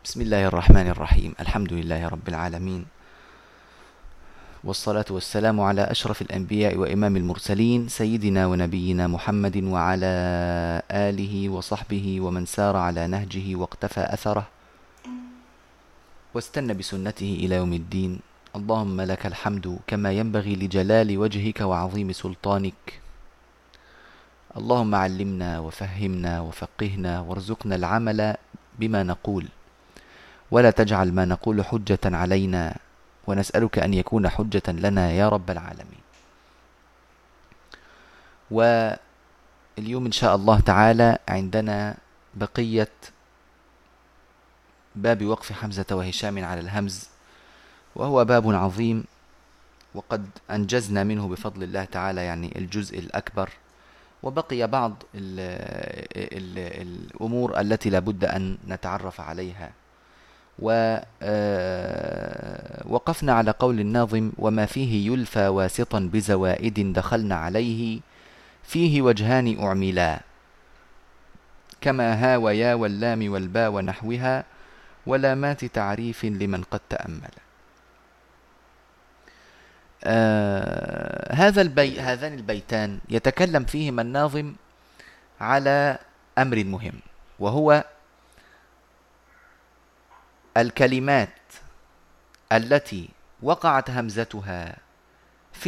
بسم الله الرحمن الرحيم. الحمد لله رب العالمين، والصلاة والسلام على أشرف الأنبياء وإمام المرسلين سيدنا ونبينا محمد وعلى آله وصحبه ومن سار على نهجه واقتفى أثره واستنى بسنته إلى يوم الدين. اللهم لك الحمد كما ينبغي لجلال وجهك وعظيم سلطانك. اللهم علمنا وفهمنا وفقهنا وارزقنا العمل بما نقول، ولا تجعل ما نقول حجة علينا، ونسألك أن يكون حجة لنا يا رب العالمين. واليوم إن شاء الله تعالى عندنا بقية باب وقف حمزة وهشام على الهمز، وهو باب عظيم، وقد أنجزنا منه بفضل الله تعالى يعني الجزء الأكبر، وبقي بعض الأمور التي لابد أن نتعرف عليها. ووقفنا على قول الناظم: وما فيه يلفى واسطا بزوائد دخلنا عليه، فيه وجهان أعملا، كما ها ويا واللام والبا ونحوها، ولامات تعريف لمن قد تأمل. هذان البيتان يتكلم فيهما الناظم على أمر مهم، وهو الكلمات التي وقعت همزتها في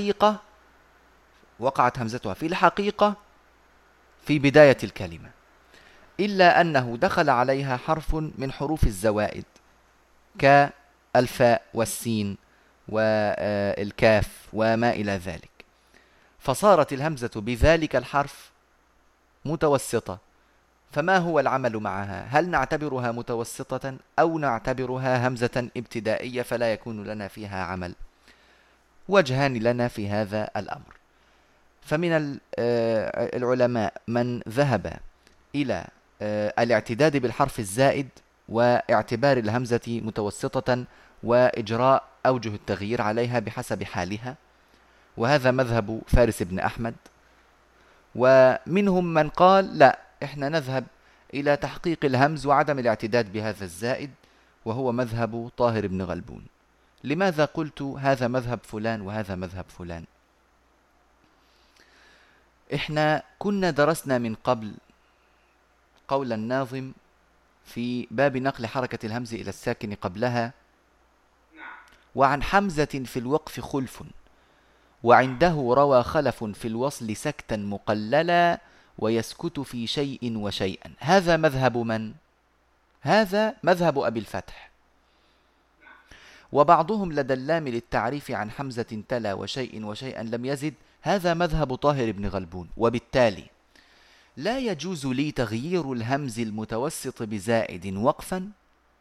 الحقيقة في بداية الكلمة، إلا أنه دخل عليها حرف من حروف الزوائد كالفاء والسين والكاف وما إلى ذلك، فصارت الهمزة بذلك الحرف متوسطة. فما هو العمل معها؟ هل نعتبرها متوسطة أو نعتبرها همزة ابتدائية فلا يكون لنا فيها عمل؟ وجهان لنا في هذا الأمر. فمن العلماء من ذهب إلى الاعتداد بالحرف الزائد واعتبار الهمزة متوسطة وإجراء أوجه التغيير عليها بحسب حالها، وهذا مذهب فارس بن أحمد. ومنهم من قال لا، إحنا نذهب إلى تحقيق الهمز وعدم الاعتداد بهذا الزائد، وهو مذهب طاهر بن غلبون. لماذا قلت هذا مذهب فلان وهذا مذهب فلان؟ إحنا كنا درسنا من قبل قول الناظم في باب نقل حركة الهمز إلى الساكن قبلها: وعن حمزة في الوقف خلف، وعنده روى خلف في الوصل سكتا مقللا، ويسكت في شيء وشيئا. هذا مذهب من؟ هذا مذهب أبي الفتح. وبعضهم لدى اللام للتعريف عن حمزة تلا وشيء وشيئا لم يزد، هذا مذهب طاهر بن غلبون. وبالتالي لا يجوز لي تغيير الهمز المتوسط بزائد وقفا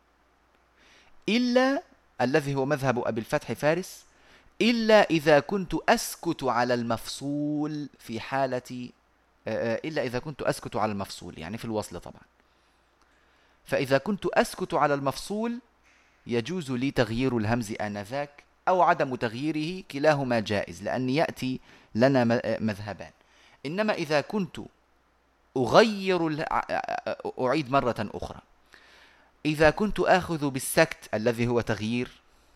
إلا الذي هو مذهب أبي الفتح فارس، إلا إذا كنت أسكت على المفصول في حالة إلا إذا كنت أسكت على المفصول، يعني في الوصل طبعا. فإذا كنت أسكت على المفصول يجوز لي تغيير الهمز آنذاك أو عدم تغييره، كلاهما جائز، لأن يأتي لنا مذهبان. إنما إذا كنت أعيد مرة أخرى، إذا كنت آخذ بالسكت الذي هو تغيير،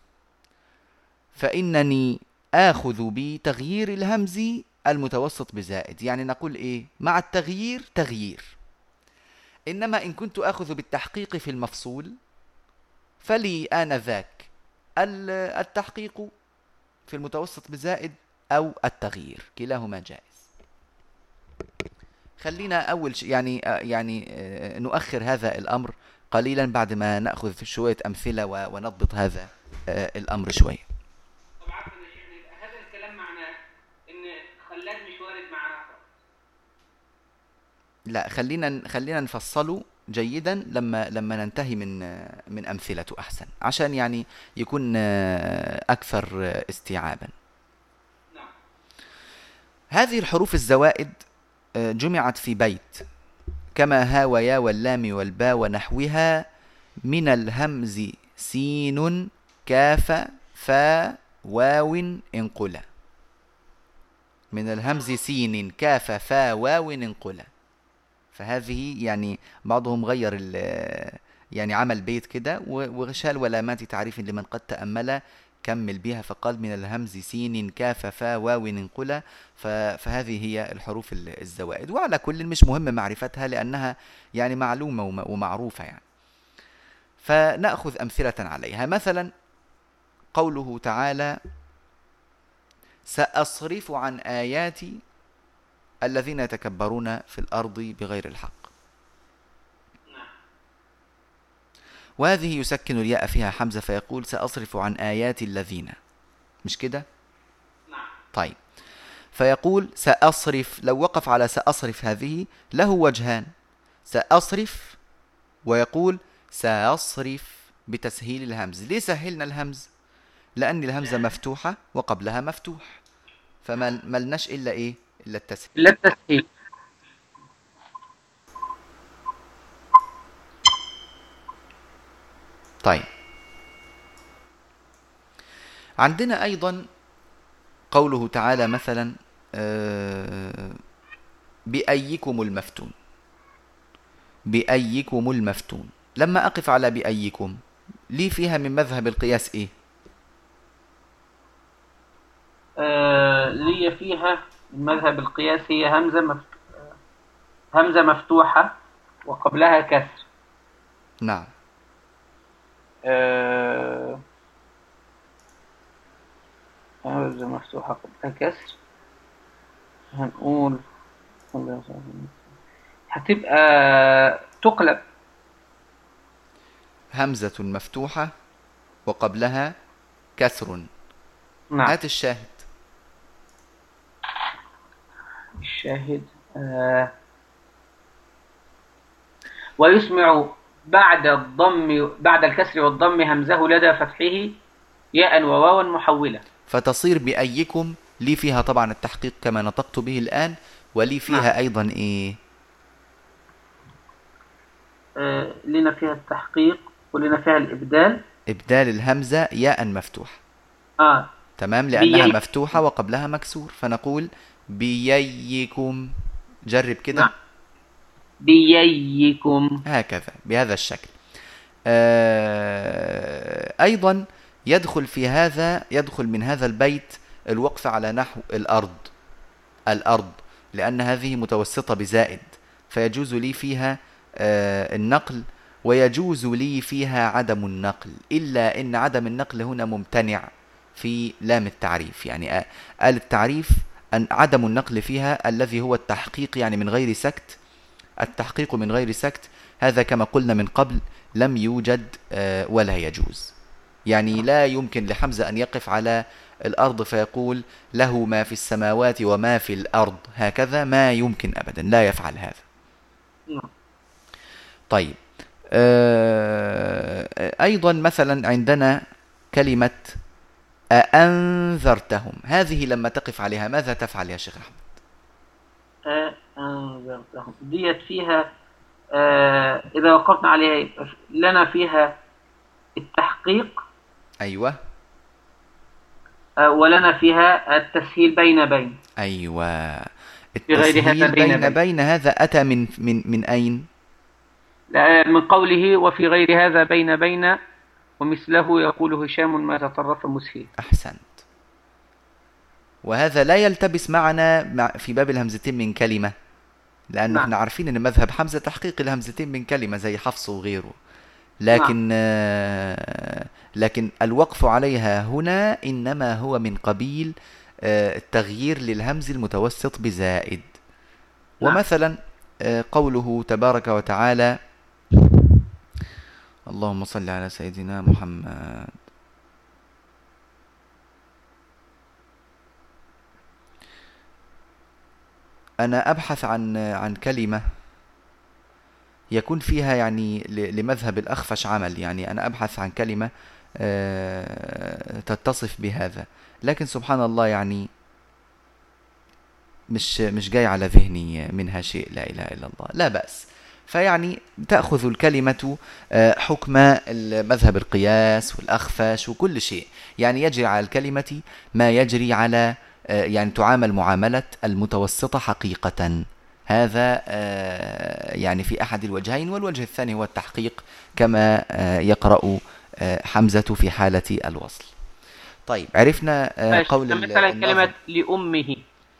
فإنني آخذ بتغيير الهمز المتوسط بزائد، يعني نقول إيه؟ مع التغيير تغيير. إنما إن كنت آخذ بالتحقيق في المفصول فلي آنذاك التحقيق في المتوسط بزائد أو التغيير، كلاهما جائز. خلينا أول شيء يعني نؤخر هذا الأمر قليلا بعد ما نأخذ شوية أمثلة ونضبط هذا الأمر شوية. طبعا هذا الكلام معناه إن خلاد مش وارد معنا. لا، خلينا نفصله جيدا لما ننتهي من أمثلته أحسن، عشان يعني يكون أكثر استيعابا. نعم. هذه الحروف الزوائد جمعت في بيت: كما ها ويا واللام والبا ونحوها، من الهمز سين كاف فا واو انقلا. من الهمز سين كاف فا واو انقلا. فهذه يعني بعضهم غير يعني عمل بيت كده وشال ولامات تعريف لمن قد تأمل، كمل بها فقال من الهمز سين كاف فا واو انقلا. فهذه هي الحروف الزوائد، وعلى كل مش مهم معرفتها لأنها يعني معلومة ومعروفة يعني. فنأخذ أمثلة عليها. مثلا قوله تعالى سأصرف عن آياتي الذين يتكبرون في الأرض بغير الحق، وهذه يسكن الياء فيها حمزة فيقول سأصرف عن آيات الذين، مش كده؟ طيب، فيقول سأصرف، لو وقف على سأصرف هذه له وجهان، سأصرف ويقول سأصرف بتسهيل الهمز. ليه سهلنا الهمز؟ لأن الهمزة مفتوحة وقبلها مفتوح، فما ملناش إلا إيه؟ إلا التسهيل. لا التسهيل. طيب، عندنا أيضا قوله تعالى مثلا بأيكم المفتون، بأيكم المفتون. لما أقف على بأيكم لي فيها من مذهب القياس إيه؟ لي فيها من مذهب القياس هي همزة مفتوحة وقبلها كسر. نعم. همزة مفتوحة قبلها كسر، هنقول هتبقى تقلب همزة مفتوحة وقبلها كسر. نعم. هات الشاهد. الشاهد ويسمع بعد الضم بعد الكسر والضم همزه لدى فتحه ياء وواوا محولة، فتصير بأيكم لي فيها طبعا التحقيق كما نطقت به الآن، ولي فيها نعم. أيضا إيه؟ لنا فيها التحقيق ولنا فيها الإبدال، إبدال الهمزة ياء مفتوح. تمام، لأنها مفتوحة وقبلها مكسور، فنقول بييكم. جرب كده. نعم. بييكم هكذا بهذا الشكل. أيضا يدخل من هذا البيت الوقف على نحو الأرض، لأن هذه متوسطة بزائد، فيجوز لي فيها النقل، ويجوز لي فيها عدم النقل، إلا إن عدم النقل هنا ممتنع في لام التعريف. يعني آل التعريف أن عدم النقل فيها الذي هو التحقيق، يعني من غير سكت. التحقيق من غير سكت هذا كما قلنا من قبل لم يوجد ولا يجوز. يعني لا يمكن لحمزة أن يقف على الأرض فيقول له ما في السماوات وما في الأرض، هكذا ما يمكن أبدا، لا يفعل هذا. طيب، أيضا مثلا عندنا كلمة أأنذرتهم، هذه لما تقف عليها ماذا تفعل يا شيخ أحمد؟ أأنذرتهم ديت فيها إذا وقفنا عليها لنا فيها التحقيق. أيوة. ولنا فيها التسهيل بين. أيوة، التسهيل بين هذا أتى من أين؟ من قوله وفي غير هذا بين ومثله يقول هشام ما تطرف مسهل. أحسنت. وهذا لا يلتبس معنا في باب الهمزتين من كلمة، لأنه احنا عارفين أن مذهب حمزة تحقيق الهمزتين من كلمة زي حفص وغيره، لكن الوقف عليها هنا إنما هو من قبيل التغيير للهمز المتوسط بزائد. ومثلا قوله تبارك وتعالى اللهم صل على سيدنا محمد. أنا أبحث عن كلمة يكون فيها يعني لمذهب الأخفش عمل، يعني أنا أبحث عن كلمة تتصف بهذا، لكن سبحان الله يعني مش جاي على ذهني منها شيء. لا إله إلا الله. لا بأس. فيعني تأخذ الكلمة حكم مذهب القياس والأخفش وكل شيء، يعني يجري على الكلمة ما يجري على يعني تعامل معاملة المتوسطة حقيقة، هذا يعني في أحد الوجهين، والوجه الثاني هو التحقيق كما يقرأ حمزة في حالة الوصل. طيب عرفنا قول مثلا الناظم كلمة لأمه.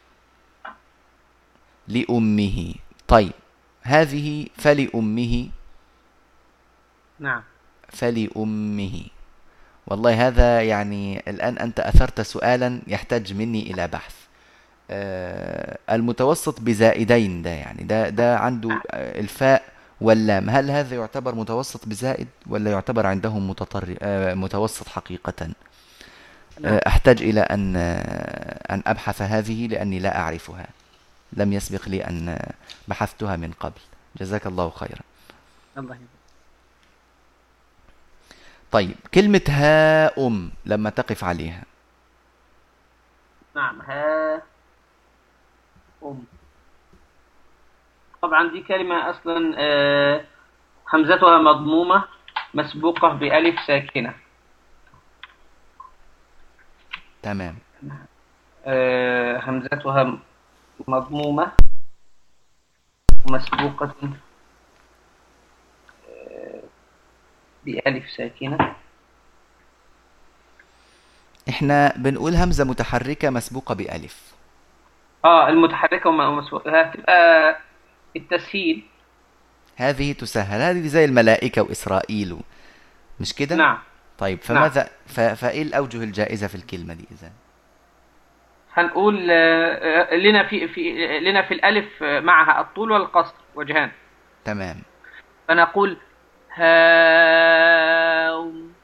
لأمه. طيب هذه فلأمه، نعم. فلأمه. والله هذا يعني الآن أنت أثرت سؤالا يحتاج مني إلى بحث. المتوسط بزائدين ده يعني ده عنده الفاء واللام، هل هذا يعتبر متوسط بزائد ولا يعتبر عندهم متوسط حقيقة؟ نعم. أحتاج إلى أن أبحث هذه لأني لا أعرفها، لم يسبق لي أن بحثتها من قبل. جزاك الله خيرا. الله يبارك. طيب كلمة هاؤم لما تقف عليها. نعم. ها أم. طبعا دي كلمة أصلا همزتها مضمومة مسبوقة بألف ساكنة. تمام. همزتها مضمومة مسبوقة بألف ساكنة. احنا بنقول همزة متحركة مسبوقة بألف. المتحركة ومسبوقة هتبقى التسهيل. هذه تسهل، هذه زي الملائكة وإسرائيل، مش كده؟ نعم. طيب نعم. فماذا فإيه الأوجه الجائزة في الكلمة دي إذن؟ هنقول لنا في الألف معها الطول والقصر وجهان. تمام. فنقول هاوم،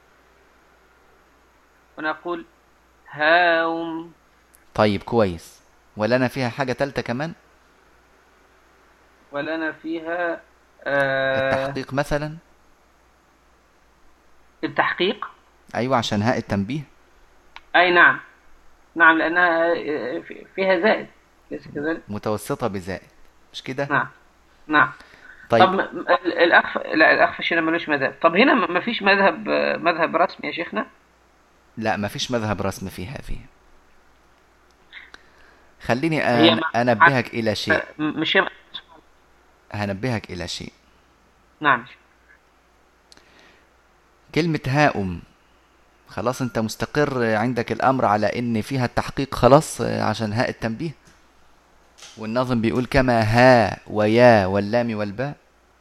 ونقول هاوم. طيب كويس. ولنا فيها حاجة تالتة كمان؟ ولنا فيها التحقيق مثلا؟ التحقيق. أيوة عشان هاء التنبيه. أي نعم. نعم لأنها فيها زائد، ليس كذلك؟ متوسطة بزائد، مش كده؟ نعم. نعم. طب طيب الأخفش هنا ملوش مذهب. طب هنا ما فيش مذهب رسمي يا شيخنا؟ لا، ما فيش مذهب رسمي في هذه. خليني هي أنبهك إلى شيء. مش هي. هنبهك إلى شيء. نعم. كلمة هاؤم، خلاص أنت مستقر عندك الأمر على إن فيها التحقيق خلاص عشان هاء التنبيه، والناظم بيقول كما ها ويا واللام والباء.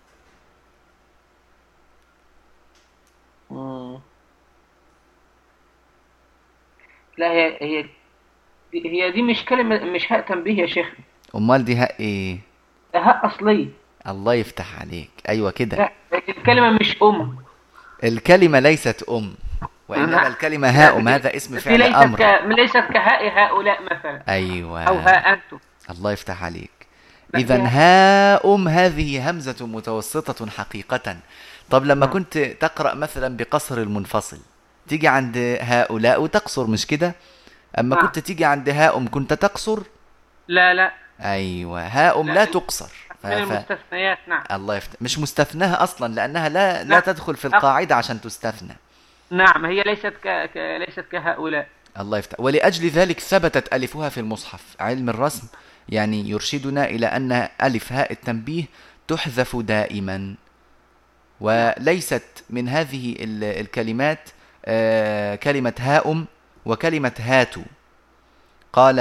لا، هي دي مش كلمة، مش هاء تنبيه يا شيخ. أمال دي هاء إيه؟ ده هاء أصلي. الله يفتح عليك، أيوة كده. لا، الكلمة مش أم. الكلمة ليست أم، وإنما الكلمة هاؤم، هذا اسم دي فعل أمر. ليست كهاء هؤلاء مثلا، أيوة. أو هاء أنتم. الله يفتح عليك. لا، إذن هاؤم هذه همزة متوسطة حقيقة. طب لما كنت تقرأ مثلا بقصر المنفصل تيجي عند هؤلاء وتقصر، مش كده؟ أما كنت تيجي عند هاؤم كنت تقصر. لا. أيوة، هاؤم لا تقصر. من المستثنيات. نعم. الله يفتح. مش مستثناها أصلا لأنها لا نعم. تدخل في القاعدة عشان تستثنى. نعم، هي ليست كهؤلاء. الله يفتح. ولأجل ذلك ثبتت ألفها في المصحف. علم الرسم يعني يرشدنا إلى أن ألف هاء التنبيه تحذف دائما، وليست من هذه الكلمات كلمة هاؤم وكلمة هاتو. قال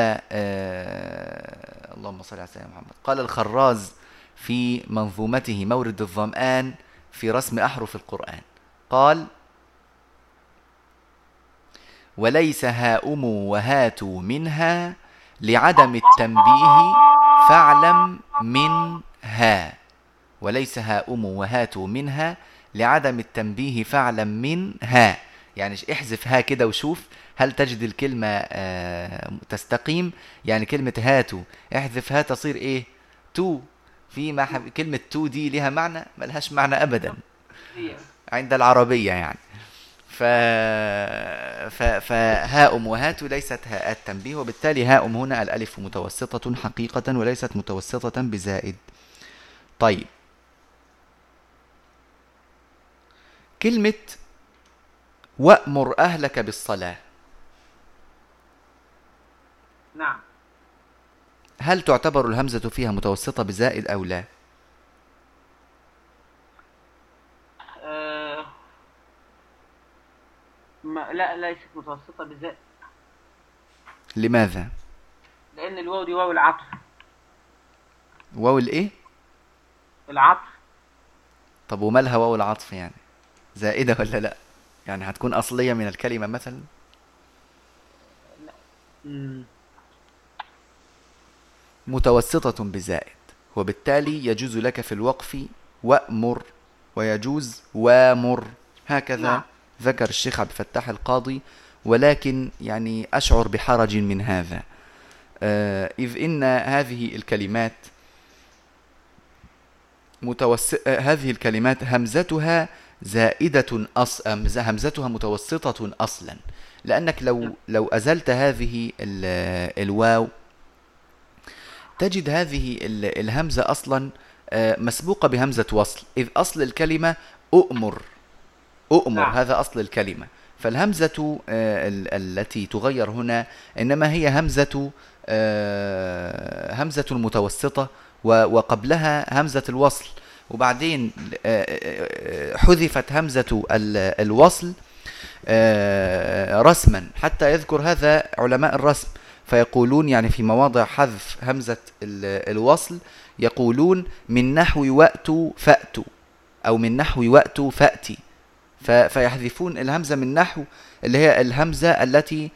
اللهم صل على سيدنا محمد، قال الخراز في منظومته مورد الظمآن في رسم أحرف القرآن، قال وليس هاؤم وهاتوا منها لعدم التنبيه فاعلم منها. وليس هاؤم وهاتوا منها لعدم التنبيه فاعلم منها، يعني احذف ها كده وشوف هل تجد الكلمة تستقيم. يعني كلمة هاتوا احذف ها تصير ايه؟ تو. في كلمة تو دي لها معنى؟ ملهاش معنى أبدا عند العربية يعني. فهاؤم وهاتوا ليست هاءات تنبيه، وبالتالي هاؤم هنا الألف متوسطة حقيقة وليست متوسطة بزائد. طيب كلمة وأمر أهلك بالصلاة. نعم. هل تعتبر الهمزة فيها متوسطة بزائد أو لا؟ لا، ليست متوسطة بزائد. لماذا؟ لأن الواو دي واو العطف. واو الإيه؟ العطف. طب ومالها واو العطف يعني؟ زائدة ولا لا؟ يعني هتكون أصلية من الكلمة مثلا؟ لا. متوسطة بزائد، وبالتالي يجوز لك في الوقف وأمر، ويجوز وامر، هكذا نعم. ذكر الشيخ عبد الفتاح القاضي. ولكن يعني أشعر بحرج من هذا، إذ إن هذه الكلمات هذه الكلمات همزتها زائدة همزتها متوسطة أصلا، لأنك لو أزلت هذه الواو تجد هذه الهمزة أصلا مسبوقة بهمزة وصل، إذ أصل الكلمة أؤمر. نعم. هذا أصل الكلمة. فالهمزة التي تغير هنا إنما هي همزة متوسطة، وقبلها همزة الوصل، وبعدين حذفت همزة الوصل رسما، حتى يذكر هذا علماء الرسم فيقولون يعني في مواضع حذف همزة الوصل يقولون من نحو وأتوا فأتوا، أو من نحو وأتوا فأتي، فيحذفون الهمزة من نحو اللي هي الهمزة التي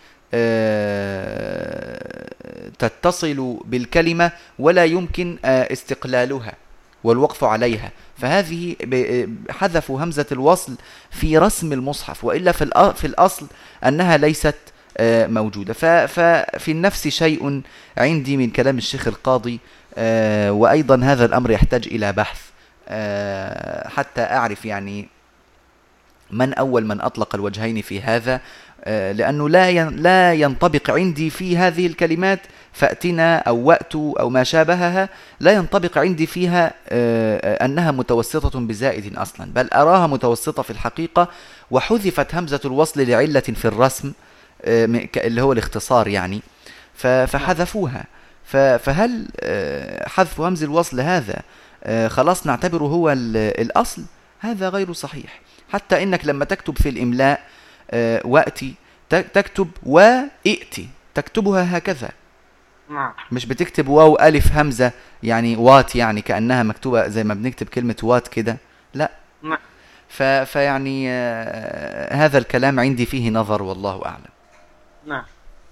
تتصل بالكلمة ولا يمكن استقلالها والوقف عليها، فهذه حذفوا همزة الوصل في رسم المصحف، وإلا في الأصل أنها ليست موجودة. ففي النفس شيء عندي من كلام الشيخ القاضي، وأيضا هذا الأمر يحتاج إلى بحث حتى أعرف يعني من أول من أطلق الوجهين في هذا، لأنه لا ينطبق عندي في هذه الكلمات فأتنا أو وأتوا أو ما شابهها، لا ينطبق عندي فيها أنها متوسطة بزائد أصلا، بل أراها متوسطة في الحقيقة، وحذفت همزة الوصل لعلة في الرسم اللي هو الاختصار يعني، فحذفوها. فهل حذف همز الوصل هذا خلاص نعتبره هو الأصل؟ هذا غير صحيح. حتى إنك لما تكتب في الإملاء وأتي تكتب وإئتي، تكتبها هكذا، مش بتكتب واو ألف همزة يعني وات، يعني كأنها مكتوبة زي ما بنكتب كلمة وات كده، لا. فيعني هذا الكلام عندي فيه نظر والله أعلم. نعم.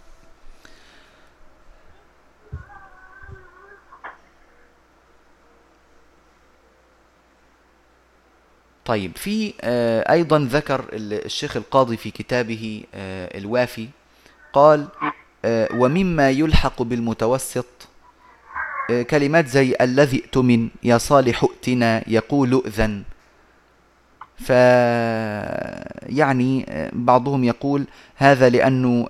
طيب، في أيضا ذكر الشيخ القاضي في كتابه الوافي قال ومما يلحق بالمتوسط كلمات زي الذي ائتمن، يا صالح ائتنا، يقول ائذن. يعني بعضهم يقول هذا لأنه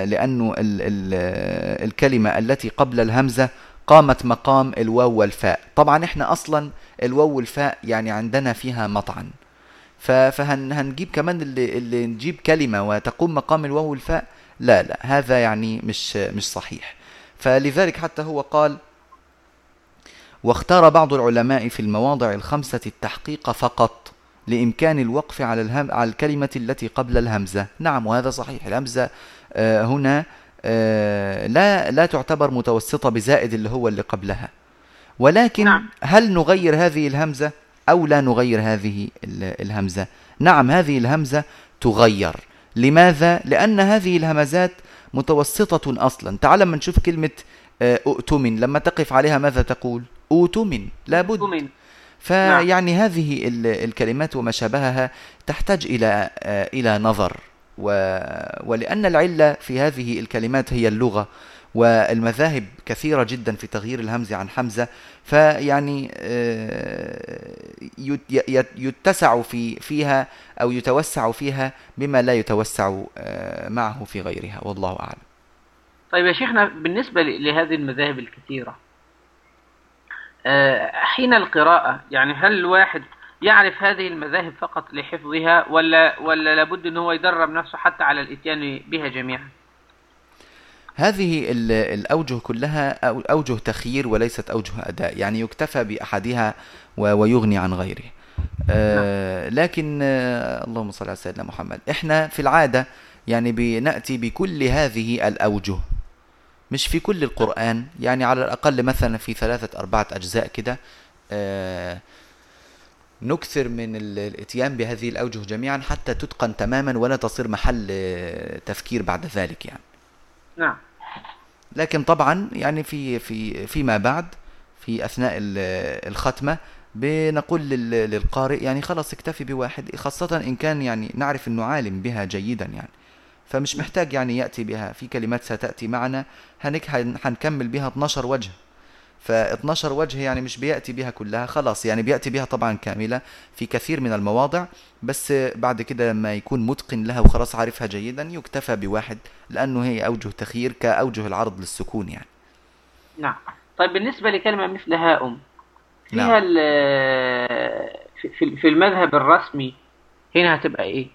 الكلمة التي قبل الهمزة قامت مقام الواو والفاء. طبعا احنا أصلا الواو والفاء يعني عندنا فيها مطعن، فهنجيب كمان اللي نجيب كلمة وتقوم مقام الواو والفاء، لا هذا يعني مش صحيح. فلذلك حتى هو قال واختار بعض العلماء في المواضع الخمسة التحقيق فقط لإمكان الوقف على الكلمة التي قبل الهمزة. نعم، وهذا صحيح. الهمزة هنا لا تعتبر متوسطة بزائد اللي قبلها، ولكن نعم. هل نغير هذه الهمزة أو لا نغير هذه الهمزة؟ نعم، هذه الهمزة تغير. لماذا؟ لأن هذه الهمزات متوسطة أصلا. تعال ما نشوف كلمة أؤتمن، لما تقف عليها ماذا تقول؟ أؤتمن، لابد. فيعني هذه الكلمات وما شابهها تحتاج إلى نظر، ولأن العلة في هذه الكلمات هي اللغة، والمذاهب كثيرة جدا في تغيير الهمز عن حمزة، فيعني يتسع فيها أو يتوسع فيها بما لا يتوسع معه في غيرها، والله أعلم. طيب يا شيخنا، بالنسبة لهذه المذاهب الكثيرة حين القراءة، يعني هل الواحد يعرف هذه المذاهب فقط لحفظها، ولا لابد ان هو يدرب نفسه حتى على الاتيان بها جميعا؟ هذه الأوجه كلها أوجه تخيير وليست أوجه أداء، يعني يكتفى بأحدها ويغني عن غيره. نعم. لكن اللهم صل على سيدنا محمد، احنا في العادة يعني بنأتي بكل هذه الأوجه، مش في كل القرآن، يعني على الأقل مثلا في 3-4 أجزاء كده نكثر من الاتيان بهذه الأوجه جميعا حتى تتقن تماما ولا تصير محل تفكير بعد ذلك يعني. نعم. لكن طبعا يعني فيما بعد في أثناء الختمة بنقول للقارئ يعني خلاص اكتفي بواحد، خاصة إن كان يعني نعرف أنه عالم بها جيدا يعني، فمش محتاج يعني يأتي بها في كلمات ستأتي معنا هنكمل بها 12 وجه، ف12 وجه يعني مش بيأتي بها كلها خلاص، يعني بيأتي بها طبعا كاملة في كثير من المواضع، بس بعد كده لما يكون متقن لها وخلاص عارفها جيدا يكتفى بواحد، لأنه هي أوجه تخيير كأوجه العرض للسكون يعني. نعم. طيب بالنسبة لكلمة مثل هاؤم، نعم. فيها في المذهب الرسمي هنا هتبقى ايه؟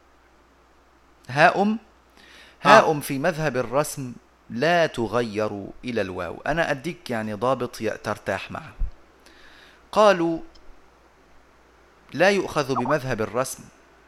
هاؤم. اه. هاؤم في مذهب الرسم لا تغير إلى الواو. أنا أديك يعني ضابط ترتاح معه. قالوا لا يؤخذ بمذهب الرسم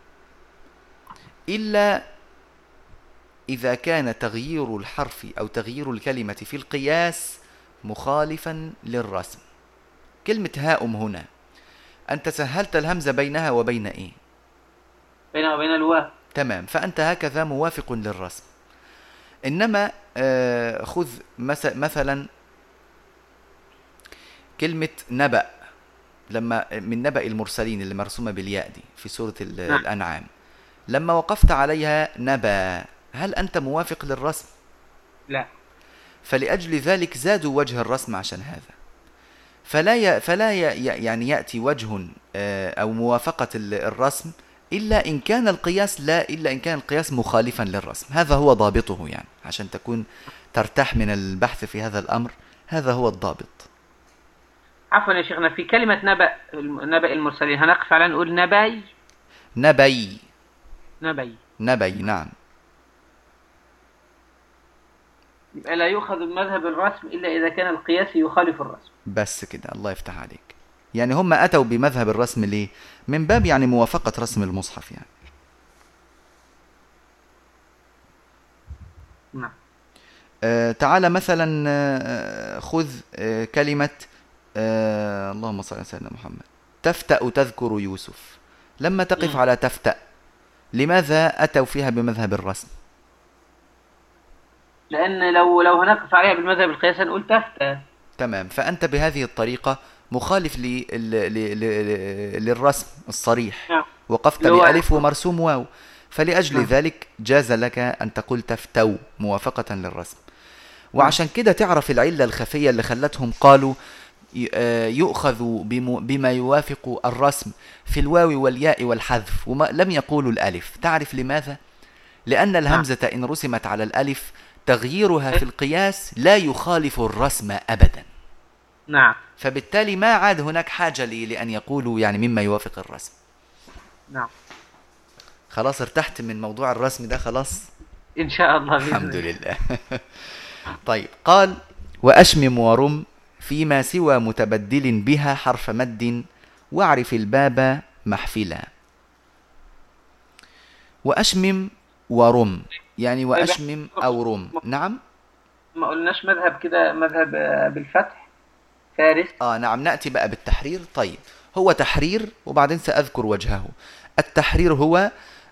إلا إذا كان تغيير الحرف أو تغيير الكلمة في القياس مخالفا للرسم. كلمة هاؤم هنا أنت سهلت الهمزة بينها وبين إيه؟ بينها وبين الواو. تمام، فأنت هكذا موافق للرسم. إنما خذ مثلا كلمة نبأ، لما من نبأ المرسلين اللي مرسومة بالياء دي في سورة نعم. الأنعام، لما وقفت عليها نبأ هل أنت موافق للرسم؟ لا. فلأجل ذلك زادوا وجه الرسم عشان هذا، فلا يعني يأتي وجه أو موافقة الرسم إلا إن كان القياس إلا إن كان القياس مخالفا للرسم. هذا هو ضابطه يعني، عشان تكون ترتاح من البحث في هذا الأمر، هذا هو الضابط. عفوا يا شيخنا، في كلمة نبأ المرسلين هنقف على نقول نبي. نبي. نبي. نبي نعم. يبقى لا يؤخذ بمذهب الرسم إلا إذا كان القياس يخالف الرسم. بس كده، الله يفتح عليك. يعني هم أتوا بمذهب الرسم ليه؟ من باب يعني موافقة رسم المصحف يعني. نعم. تعال مثلا خذ كلمة اللهم صل على سيدنا محمد، تفتأ تذكر يوسف. لما تقف على تفتأ لماذا أتوا فيها بمذهب الرسم؟ لأن لو هنقف عليها بالمذهب القياس هنقول تفتى. تمام، فأنت بهذه الطريقة مخالف للرسم الصريح، نعم. وقفت بألف ومرسوم واو، فلأجل ذلك جاز لك أن تقول تفتو موافقة للرسم. وعشان كده تعرف العلة الخفية اللي خلتهم قالوا يؤخذ بما يوافق الرسم في الواو والياء والحذف لم يقولوا الألف. تعرف لماذا؟ لأن الهمزة إن رسمت على الألف تغييرها في القياس لا يخالف الرسم أبدا. نعم. فبالتالي ما عاد هناك حاجة لأن يقولوا يعني مما يوافق الرسم. نعم. خلاص ارتحت من موضوع الرسم ده خلاص إن شاء الله. الحمد لله. طيب، قال وأشمم ورم فيما سوى متبدل بها حرف مد واعرف الباب محفلا. وأشمم ورم يعني وأشمم أو رم. نعم. ما قلناش مذهب كده، مذهب بالفتح فارس. نعم، نأتي بقى بالتحرير. طيب، هو تحرير وبعدين سأذكر وجهه. التحرير هو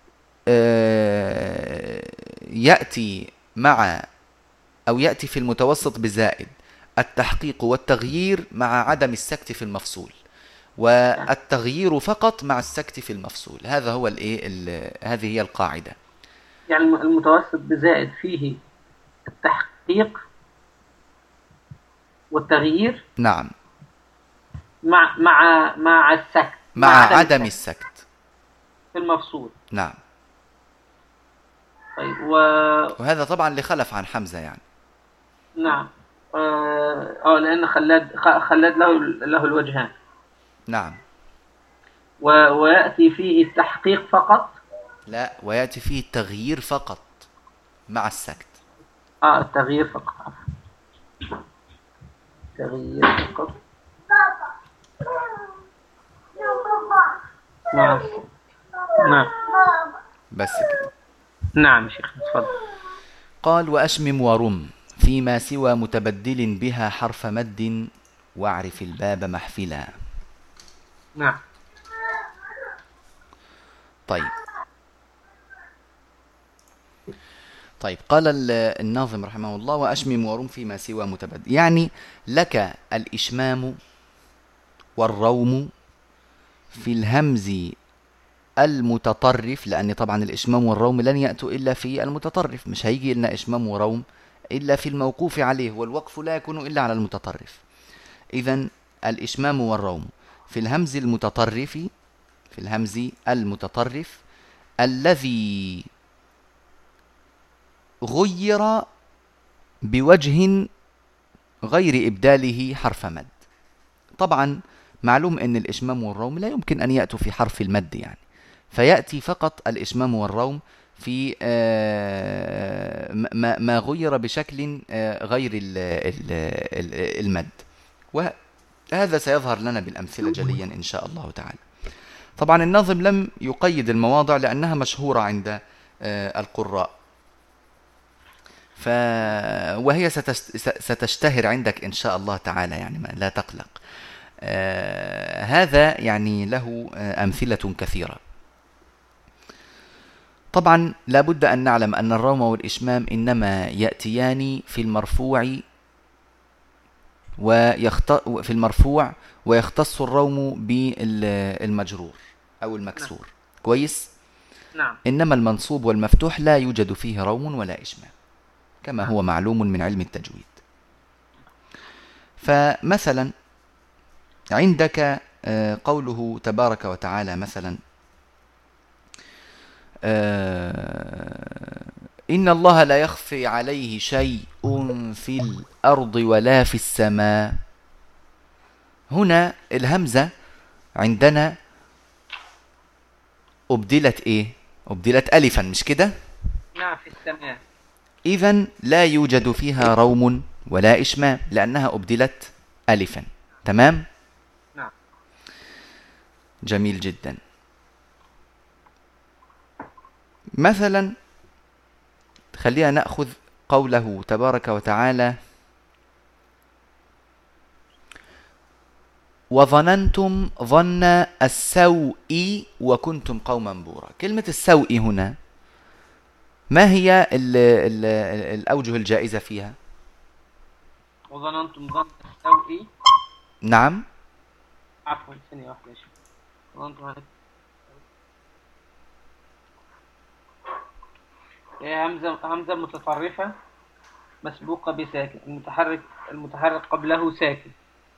يأتي مع أو يأتي في المتوسط بزائد التحقيق والتغيير مع عدم السكت في المفصول، والتغيير فقط مع السكت في المفصول. هذا هو هذه هي القاعدة. يعني المتوسط بزائد فيه التحقيق والتغيير. نعم. مع السكت، مع عدم السكت في المفصول. نعم. طيب وهذا طبعا لخلف عن حمزة يعني. نعم. لأن خلاد له الوجهان. نعم. ويأتي فيه التحقيق فقط. لا، ويأتي فيه التغيير فقط مع السكت. التغيير فقط. تغيير فقط. نعم. نعم. بس كده. نعم يا شيخ، تفضل. قال وأشمم ورم فيما سوى متبدل بها حرف مد واعرف الباب محفلا. نعم. طيب قال الناظم رحمه الله وأشمم ورم فيما سوى متبدل، يعني لك الإشمام والروم في الهمز المتطرف، لأن طبعا الإشمام والروم لن يأتوا إلا في المتطرف، مش هيجي لنا إشمام وروم إلا في الموقوف عليه، والوقف لا يكون إلا على المتطرف. إذن الإشمام والروم في الهمز المتطرف، في الهمز المتطرف الذي غير بوجه غير إبداله حرف مد. طبعا معلوم أن الإشمام والروم لا يمكن أن يأتوا في حرف المد يعني، فيأتي فقط الإشمام والروم في ما غير بشكل غير المد، وهذا سيظهر لنا بالأمثلة جليا إن شاء الله تعالى. طبعا الناظم لم يقيد المواضع لأنها مشهورة عند القراء، وهي ستشتهر عندك إن شاء الله تعالى، يعني لا تقلق. هذا يعني له أمثلة كثيرة. طبعا لا بد أن نعلم أن الروم والإشمام إنما يأتيان في المرفوع ويختص الروم بالمجرور أو المكسور. كويس؟ نعم. إنما المنصوب والمفتوح لا يوجد فيه روم ولا إشمام كما هو معلوم من علم التجويد. فمثلا عندك قوله تبارك وتعالى مثلا إن الله لا يخفي عليه شيء في الأرض ولا في السماء. هنا الهمزة عندنا أبدلت إيه؟ أبدلت ألفا، مش كده؟ نعم، في السماء. إذن لا يوجد فيها روم ولا إشمام لأنها أبدلت ألفا. تمام؟ نعم. جميل جدا. مثلا خلينا نأخذ قوله تبارك وتعالى وظننتم ظن السوء وكنتم قوما بورا. كلمة السوء هنا ما هي الأوجه الجائزة فيها؟ وظننتم ظن السوء. نعم. عفوا ثانية واحدة يا شيخ. ظننتم هي همزة متطرفة مسبوقة بساكن، المتحرك قبله ساكن.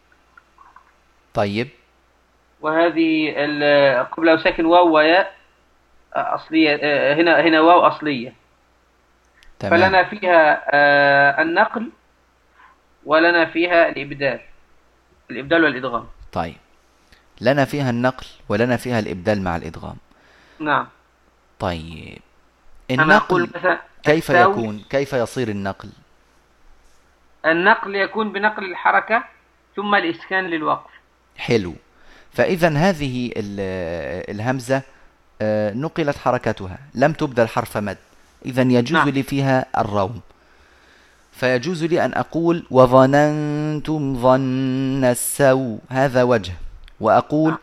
طيب. وهذه قبله ساكن واو وياء أصلية. هنا واو أصلية. تمام. فلنا فيها النقل ولنا فيها الإبدال والإدغام. طيب، لنا فيها النقل ولنا فيها الإبدال مع الإدغام. نعم. طيب، النقل كيف يكون؟ كيف يصير النقل؟ النقل يكون بنقل الحركة ثم الإسكان للوقف. حلو. فإذا هذه الهمزة نقلت حركتها، لم تبدل حرف مد، إذا يجوز لي فيها الروم، فيجوز لي أن أقول وظننتم ظن السوء، هذا وجه، وأقول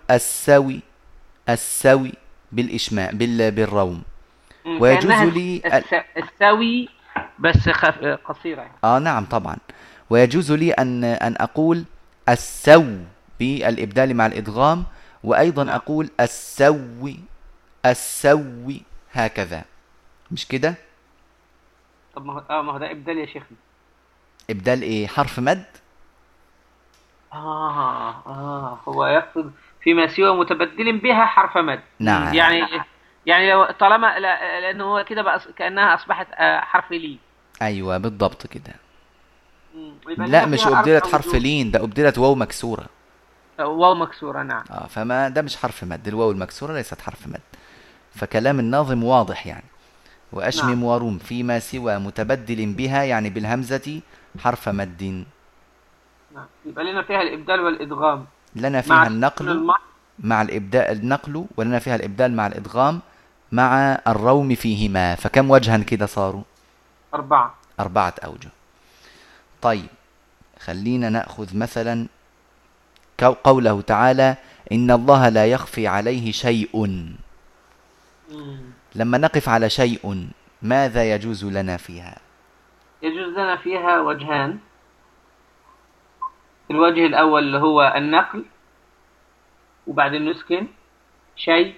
السوي بالإشماء بالروم، ويجوز لي السوي بس قصيرة. نعم طبعا. ويجوز لي أن أقول السو بالإبدال مع الإدغام، وأيضا أقول السوي هكذا، مش كده؟ طب ما هو ده إبدال يا شيخنا. إبدال إيه؟ حرف مد؟ هو يقصد فيما سوى متبدل بها حرف مد. نعم. يعني لو طالما لأنه هو كده بقى كأنها أصبحت حرف لين. أيوة بالضبط كده. لا، مش أبدلت حرف لين، ده أبدلت واو مكسورة. واو مكسورة، نعم. فما ده مش حرف مد، الواو المكسورة ليست حرف مد، فكلام الناظم واضح يعني. وأشمم ورم فيما سوى متبدل بها يعني بالهمزة حرف مد. نعم، يبقى لنا فيها الإبدال والإدغام لنا مع فيها السكون النقل المحض. مع الإبدال النقل، ولنا فيها الإبدال مع الإدغام مع الروم فيهما. فكم وجها كده صاروا؟ 4. 4 أوجه. طيب خلينا نأخذ مثلا قوله تعالى إن الله لا يخفي عليه شيء. لما نقف على شيء ماذا يجوز لنا فيها؟ يجوز لنا فيها وجهان. الوجه الأول اللي هو النقل، وبعدين نسكن شيء،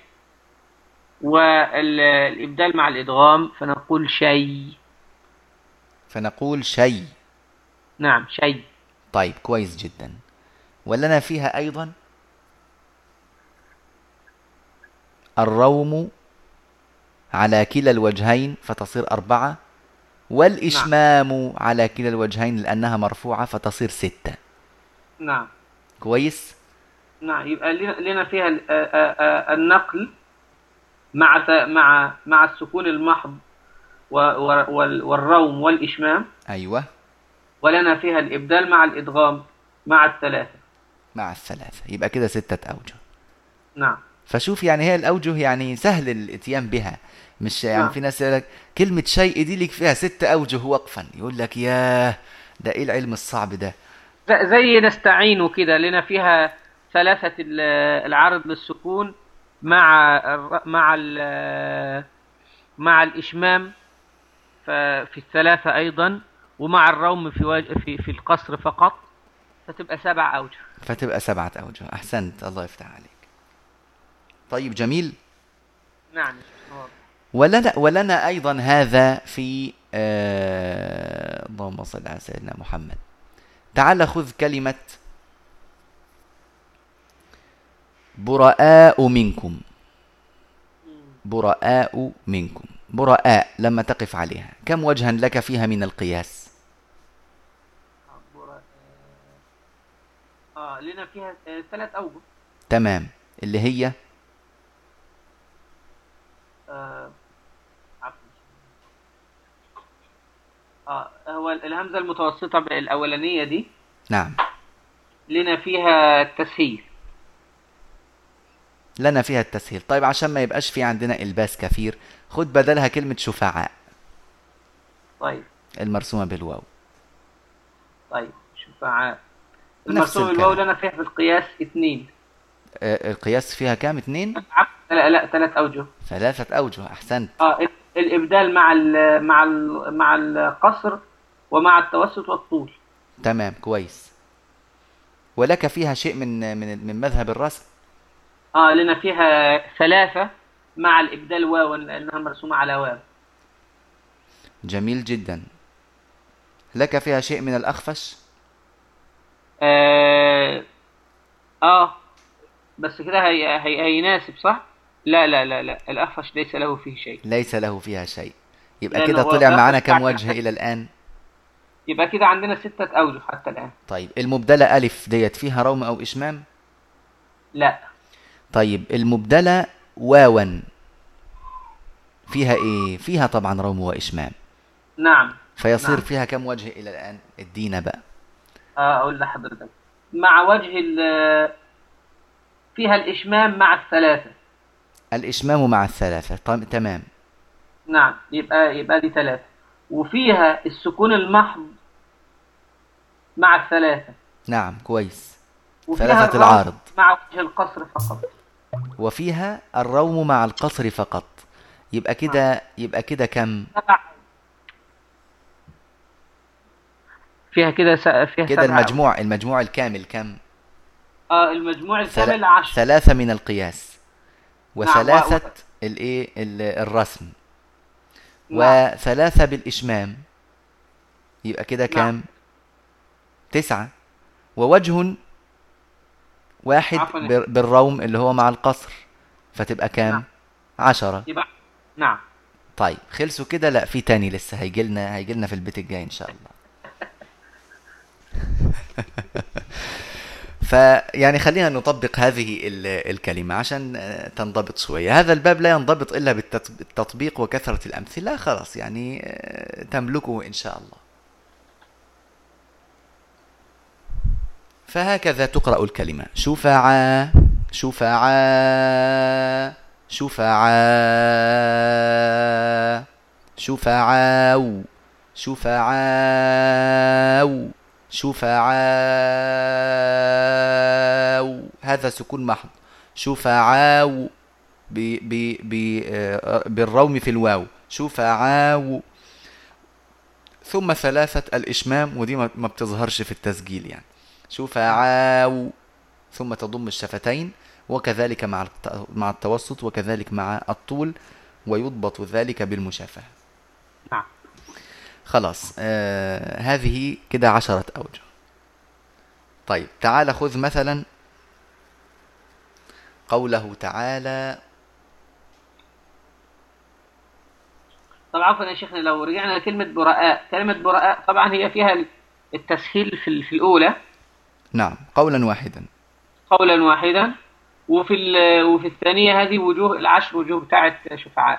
والإبدال مع الإدغام فنقول شيء. فنقول شيء. نعم شيء. طيب كويس جدا. ولنا فيها أيضا الروم على كلا الوجهين فتصير 4، والإشمام على كلا الوجهين لأنها مرفوعة فتصير 6. نعم كويس. نعم، يبقى لنا فيها النقل مع السكون المحض والروم والإشمام. أيوة. ولنا فيها الإبدال مع الإدغام مع الثلاثة. مع الثلاثة، يبقى كده 6 أوجه. نعم. فشوف يعني هي الأوجه يعني سهل الاتيان بها، مش يعني نعم. في ناس يقول لك كلمة شيء دي لك فيها 6 أوجه وقفا، يقول لك ياه ده إيه العلم الصعب ده. زي نستعين كده، لنا فيها 3 العرض للسكون مع الإشمام في 3 أيضا، ومع الروم في القصر فقط، فتبقى 7 أوجه. فتبقى 7 أوجه. أحسنت، الله يفتح عليك. طيب جميل. نعم. ولنا أيضا هذا في اللهم صل على سيدنا محمد. تعال خذ كلمة براء منكم. براء منكم. براء لما تقف عليها كم وجها لك فيها من القياس؟ لنا فيها 3 أوجه. تمام. اللي هي هو الهمزة المتوسطة الأولانية دي. نعم. لنا فيها التسهيل. لنا فيها التسهيل. طيب عشان ما يبقاش في عندنا إلباس كثير خد بدلها كلمة شفعاء. طيب. المرسومة بالواو. طيب شفعاء المرسومة بالواو لنا فيها في القياس 2. القياس فيها كام؟ 2؟ لا 3 أوجه. 3 أوجه. أحسنت. الإبدال مع القصر ومع التوسط والطول. تمام كويس. ولك فيها شيء من مذهب الرسم؟ لنا فيها 3 مع الإبدال واو لأنها مرسومة على واو. جميل جدا. لك فيها شيء من الأخفش؟ بس كده هيناسب صح؟ لا الأخفش ليس له فيه شيء. ليس له فيها شيء. يبقى كده طلع معنا كم وجه إلى الآن؟ يبقى كده عندنا 6 أوجه حتى الآن. طيب المبدلة ألف ديت فيها روم أو إشمام؟ لا. طيب المبدلة واوا فيها إيه؟ فيها طبعا روم وإشمام. نعم. فيصير نعم. فيها كم وجه إلى الآن؟ ادينا بقى. أقول لحضرتك مع وجه فيها الإشمام مع الثلاثة. الإشمام مع الثلاثة. طيب تمام. نعم. يبقى دي 3. وفيها السكون المحض مع الثلاثة. نعم كويس. وفيها 3 العارض مع وجه القصر فقط. وفيها الروم مع القصر فقط. يبقى كده كم؟ 7. فيها كده كده المجموع الكامل كم؟ المجموع الكامل 10. 3 من القياس و3 نعم. الرسم. نعم. و3 بالإشمام. يبقى كده كم؟ نعم. 9. ووجه واحد بالروم اللي هو مع القصر فتبقى كام؟ نعم. 10. يبقى نعم. طيب خلصوا كده؟ لا في تاني لسه هيجيلنا في البيت الجاي إن شاء الله. فيعني خلينا نطبق هذه الكلمة عشان تنضبط شوية. هذا الباب لا ينضبط إلا بالتطبيق وكثرة الأمثلة، خلاص يعني تملكه إن شاء الله. فهكذا تقرأ الكلمة: شفعاء شفعاء شفعاء شفعاء شفعاء شفعاء. هذا سكون محض. شفعاء بالروم في الواو. شفعاء. ثم ثلاثة الإشمام، ودي ما بتظهرش في التسجيل يعني. شفعاء. ثم تضم الشفتين، وكذلك مع التوسط، وكذلك مع الطول، ويضبط ذلك بالمشافهة. نعم. خلاص. هذه كده 10 أوجه. طيب تعال خذ مثلا قوله تعالى. طب عفوا يا شيخنا، لو رجعنا لكلمة براء، كلمة براء طبعا هي فيها التسهيل في الأولى. نعم، قولا واحدا. قولا واحدا. وفي الثانية هذه وجوه العشر وجوه بتاعة شفعاء.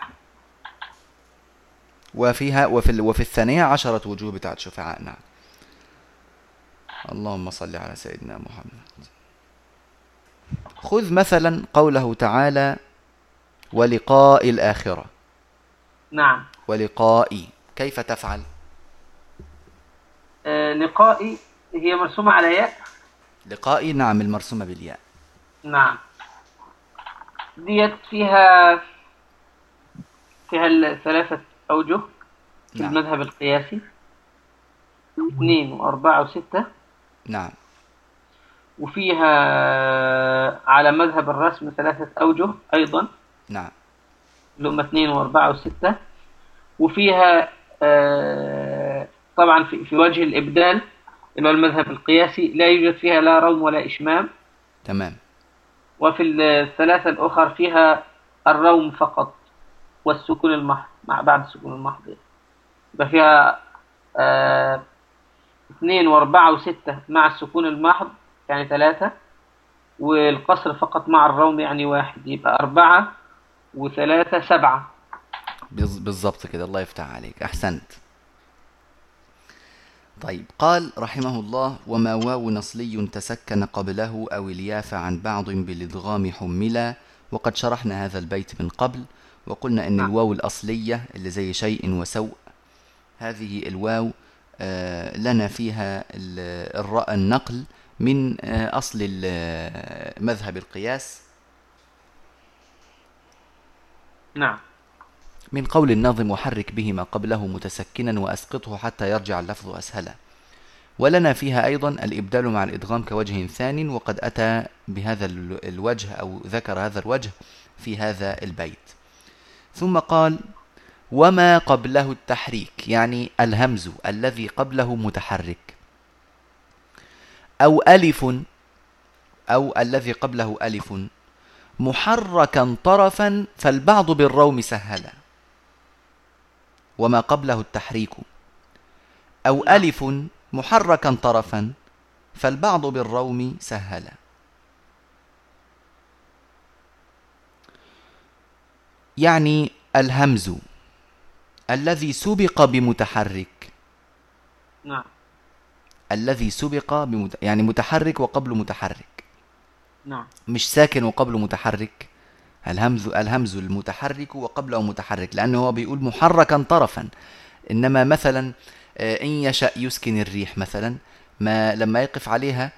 وفي الثانية 10 وجوه بتاعة شفعاء. نعم. اللهم صل على سيدنا محمد. خذ مثلا قوله تعالى: ولقاء الآخرة. نعم. ولقائي، كيف تفعل؟ لقائي هي مرسومة على ياء. لقائي، نعم، المرسومة بالياء. نعم. ديت فيها الثلاثة أوجه في نعم. المذهب القياسي، 2 و4 و6. نعم. وفيها على مذهب الرسم 3 أوجه أيضا. نعم. اللي هم 2 و4 و6. وفيها طبعا في وجه الإبدال اللي هو المذهب القياسي لا يوجد فيها لا روم ولا إشمام. تمام. وفي الثلاثة الأخر فيها الروم فقط والسكون المحض مع بعد السكون المحض. يبقى فيها 2 و4 و6 مع السكون المحض يعني 3، والقصر فقط مع الروم يعني 1، يبقى 4 و3 7. بالضبط كده، الله يفتح عليك، أحسنت. طيب، قال رحمه الله: وما واو نصلي تسكن قبله أو الياف عن بعض بالإدغام حملا. وقد شرحنا هذا البيت من قبل، وقلنا أن الواو الأصلية اللي زي شيء وسوء، هذه الواو لنا فيها النقل من أصل مذهب القياس. نعم. من قول الناظم: وحرك به ما قبله متسكنا وأسقطه حتى يرجع اللفظ أسهلا. ولنا فيها أيضا الإبدال مع الإدغام كوجه ثان، وقد أتى بهذا الوجه أو ذكر هذا الوجه في هذا البيت. ثم قال: وما قبله التحريك، يعني الهمز الذي قبله متحرك، أو ألف، أو الذي قبله ألف محركا طرفا فالبعض بالروم سهلا. وما قبله التحريك أو ألف محركا طرفا فالبعض بالروم سهلا. يعني الهمز الذي سبق بمتحرك. نعم. الذي سبق يعني متحرك وقبل متحرك. نعم. مش ساكن وقبل متحرك. الهمز المتحرك وقبله متحرك، لأنه هو بيقول محركا طرفا. إنما مثلا إن يشأ يسكن الريح مثلا، ما لما يقف عليها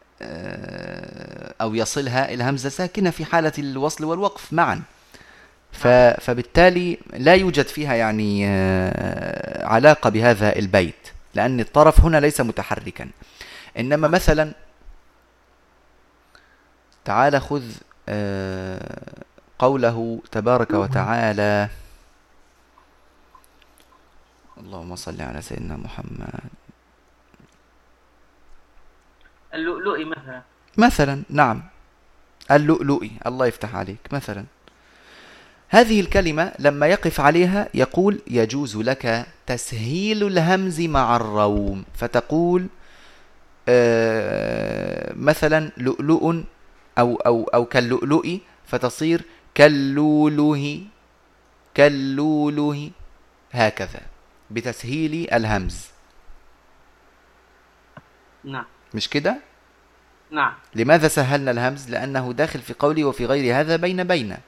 أو يصلها الهمزة ساكنة في حالة الوصل والوقف معا، فبالتالي لا يوجد فيها يعني علاقة بهذا البيت، لأن الطرف هنا ليس متحركا. إنما مثلا تعال خذ قوله تبارك وتعالى: اللهم صل على سيدنا محمد. اللؤلؤي مثلا. نعم، اللؤلؤي، الله يفتح عليك. مثلا هذه الكلمة لما يقف عليها يقول: يجوز لك تسهيل الهمز مع الروم، فتقول: مثلا لؤلؤ أو كاللؤلؤ، فتصير كاللؤلؤ، كاللؤلؤ، هكذا بتسهيل الهمز. نعم. مش كده؟ نعم. لماذا سهلنا الهمز؟ لأنه داخل في قولي وفي غير هذا بين.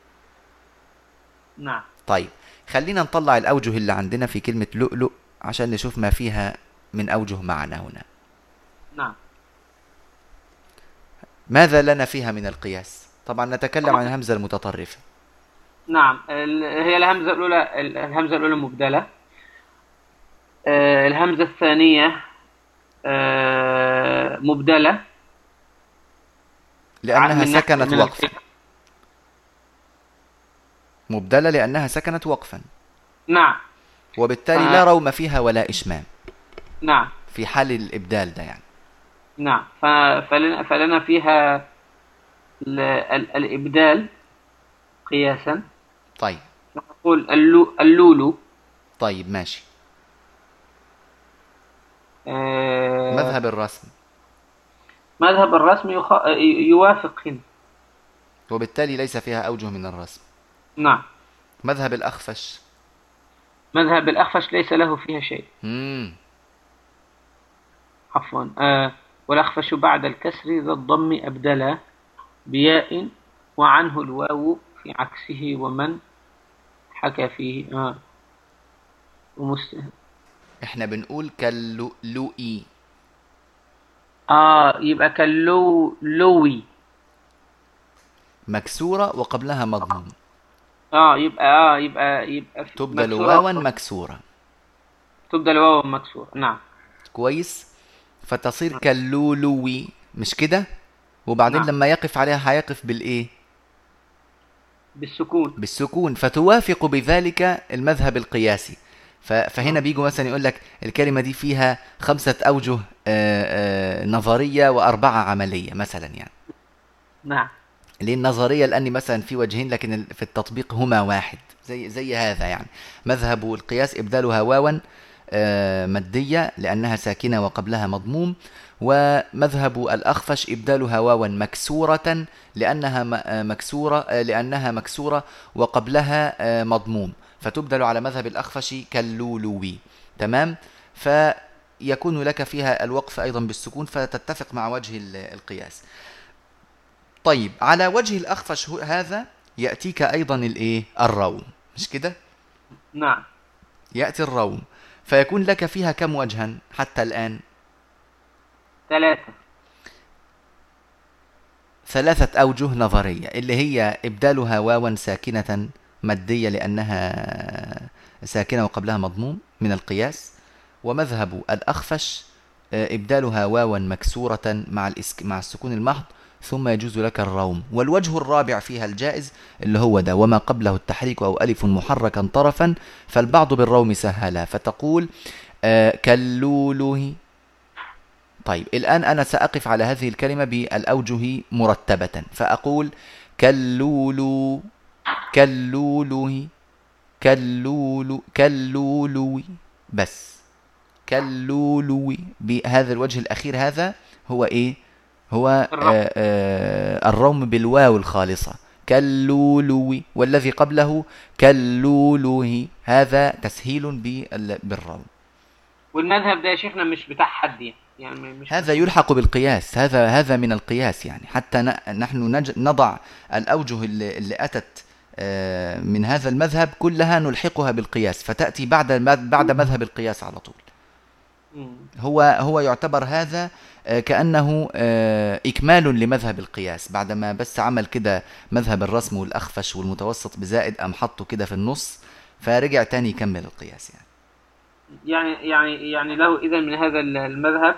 نعم. طيب خلينا نطلع الأوجه اللي عندنا في كلمة لؤلؤ عشان نشوف ما فيها من أوجه معنا هنا. نعم. ماذا لنا فيها من القياس؟ طبعا نتكلم عن الهمزة المتطرفة. نعم. هي الهمزة الأولى مبدلة. الهمزة الثانية مبدلة لأنها من ناحية سكنت من وقفا. مبدلة لأنها سكنت وقفا، نعم. وبالتالي لا روم فيها ولا إشمام نعم. في حال الإبدال ده يعني. نعم. فلنا فيها الإبدال قياسا. طيب. نقول اللولو. طيب ماشي. آه، مذهب الرسم. مذهب الرسم يوافق هنا، وبالتالي ليس فيها أوجه من الرسم. نعم. مذهب الأخفش. مذهب الأخفش ليس له فيها شيء. مم. عفوا. والأخفش بعد الكسر ذا الضم أبدلا بياء وعنه الواو في عكسه ومن حكى فيه ومستهم. احنا بنقول كاللؤلؤي. يبقى كاللوي مكسورة وقبلها مضموم. يبقى تبدل واوا مكسورة. تبدل واوا مكسورة. نعم. كويس. فتصير كاللولوي، مش كده؟ وبعدين نعم. لما يقف عليها هيقف بالإيه؟ بالسكون، فتوافق بذلك المذهب القياسي. فهنا بيجوا مثلا يقول لك الكلمة دي فيها 5 أوجه نظرية و4 عملية مثلا يعني. نعم. ليه النظرية؟ لأني مثلا في وجهين لكن في التطبيق هما واحد، زي هذا يعني. مذهب القياس إبدالها واوا مادية لأنها ساكنة وقبلها مضموم، ومذهب الأخفش إبدالها واوا مكسورة لأنها مكسورة وقبلها مضموم، فتبدل على مذهب الأخفش كاللولوي. تمام. فيكون لك فيها الوقف أيضا بالسكون، فتتفق مع وجه القياس. طيب على وجه الأخفش هذا يأتيك أيضا الروم، مش كده؟ نعم. يأتي الروم، فيكون لك فيها كم وجها حتى الآن؟ 3 أوجه نظرية، اللي هي إبدالها واوا ساكنة مادية لأنها ساكنة وقبلها مضموم من القياس، ومذهب الأخفش إبدالها واوا مكسورة مع السكون المحض، ثم يجوز لك الروم. والوجه الرابع فيها الجائز اللي هو ده، وما قبله التحريك أو ألف محركا طرفا، فالبعض بالروم سهلا، فتقول كاللوله. طيب الآن أنا سأقف على هذه الكلمة بالأوجه مرتبة، فأقول كاللولو، كاللوله، كاللولو، بس كاللولو بهذا الوجه الأخير. هذا هو هو الروم بالواو الخالصة كاللولو، والذي قبله كاللوله، هذا تسهيل بالروم. والمذهب ده يا شيخنا مش بتاع حد يعني مش هذا يلحق بالقياس، هذا من القياس يعني، حتى نحن نضع الأوجه اللي أتت من هذا المذهب كلها نلحقها بالقياس، فتأتي بعد مذهب القياس على طول. هو يعتبر هذا كأنه إكمال لمذهب القياس، بعدما بس عمل كده مذهب الرسم والأخفش والمتوسط بزائد، أم حطه كده في النص، فرجع تاني يكمل القياس يعني له إذن من هذا المذهب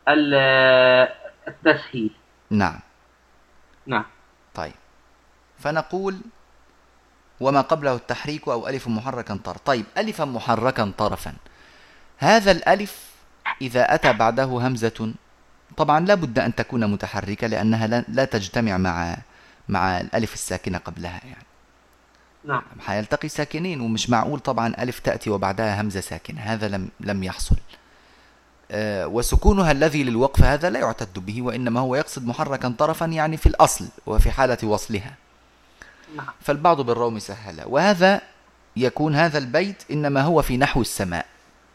التسهيل. نعم. طيب فنقول وما قبله التحريك أو ألف محركا طرف. طيب ألفا محركا طرفا، هذا الألف إذا أتى بعده همزة طبعا لا بد أن تكون متحركة، لأنها لا تجتمع مع الألف الساكنة قبلها يعني. نعم. حيلتقي ساكنين، ومش معقول طبعا ألف تأتي وبعدها همزة ساكنة، هذا لم يحصل. وسكونها الذي للوقف هذا لا يعتد به، وإنما هو يقصد محركا طرفا يعني في الأصل وفي حالة وصلها. فالبعض بالروم سهل، وهذا يكون هذا البيت إنما هو في نحو السماء.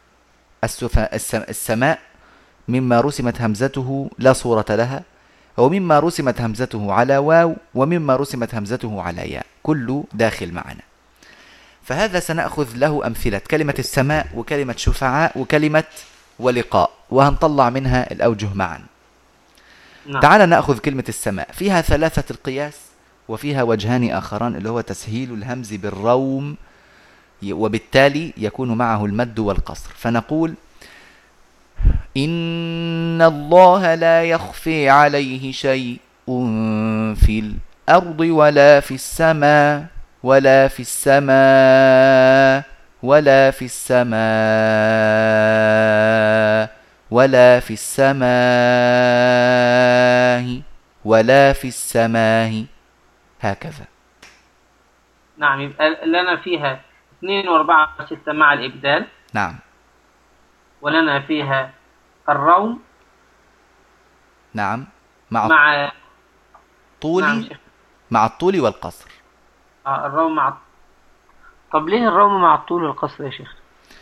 السماء مما رسمت همزته لا صورة لها، ومما رسمت همزته على واو، ومما رسمت همزته على ياء، كله داخل معنا. فهذا سنأخذ له أمثلة كلمة السماء وكلمة شفعاء وكلمة ولقاء، وهنطلع منها الأوجه معا. تعال نأخذ كلمة السماء، فيها ثلاثة القياس وفيها وجهان آخران، اللي هو تسهيل الهمز بالروم، وبالتالي يكون معه المد والقصر. فنقول إن الله لا يخفي عليه شيء في الأرض ولا في السماء ولا في السماء ولا في السماء ولا في السماء ولا في السماء، هكذا. نعم، يبقى لنا فيها 2 و4 و6 مع الإبدال. نعم. ولنا فيها الروم. نعم. مع طول. نعم. مع الطول والقصر. الروم مع. طب ليه الروم مع الطول والقصر يا شيخ؟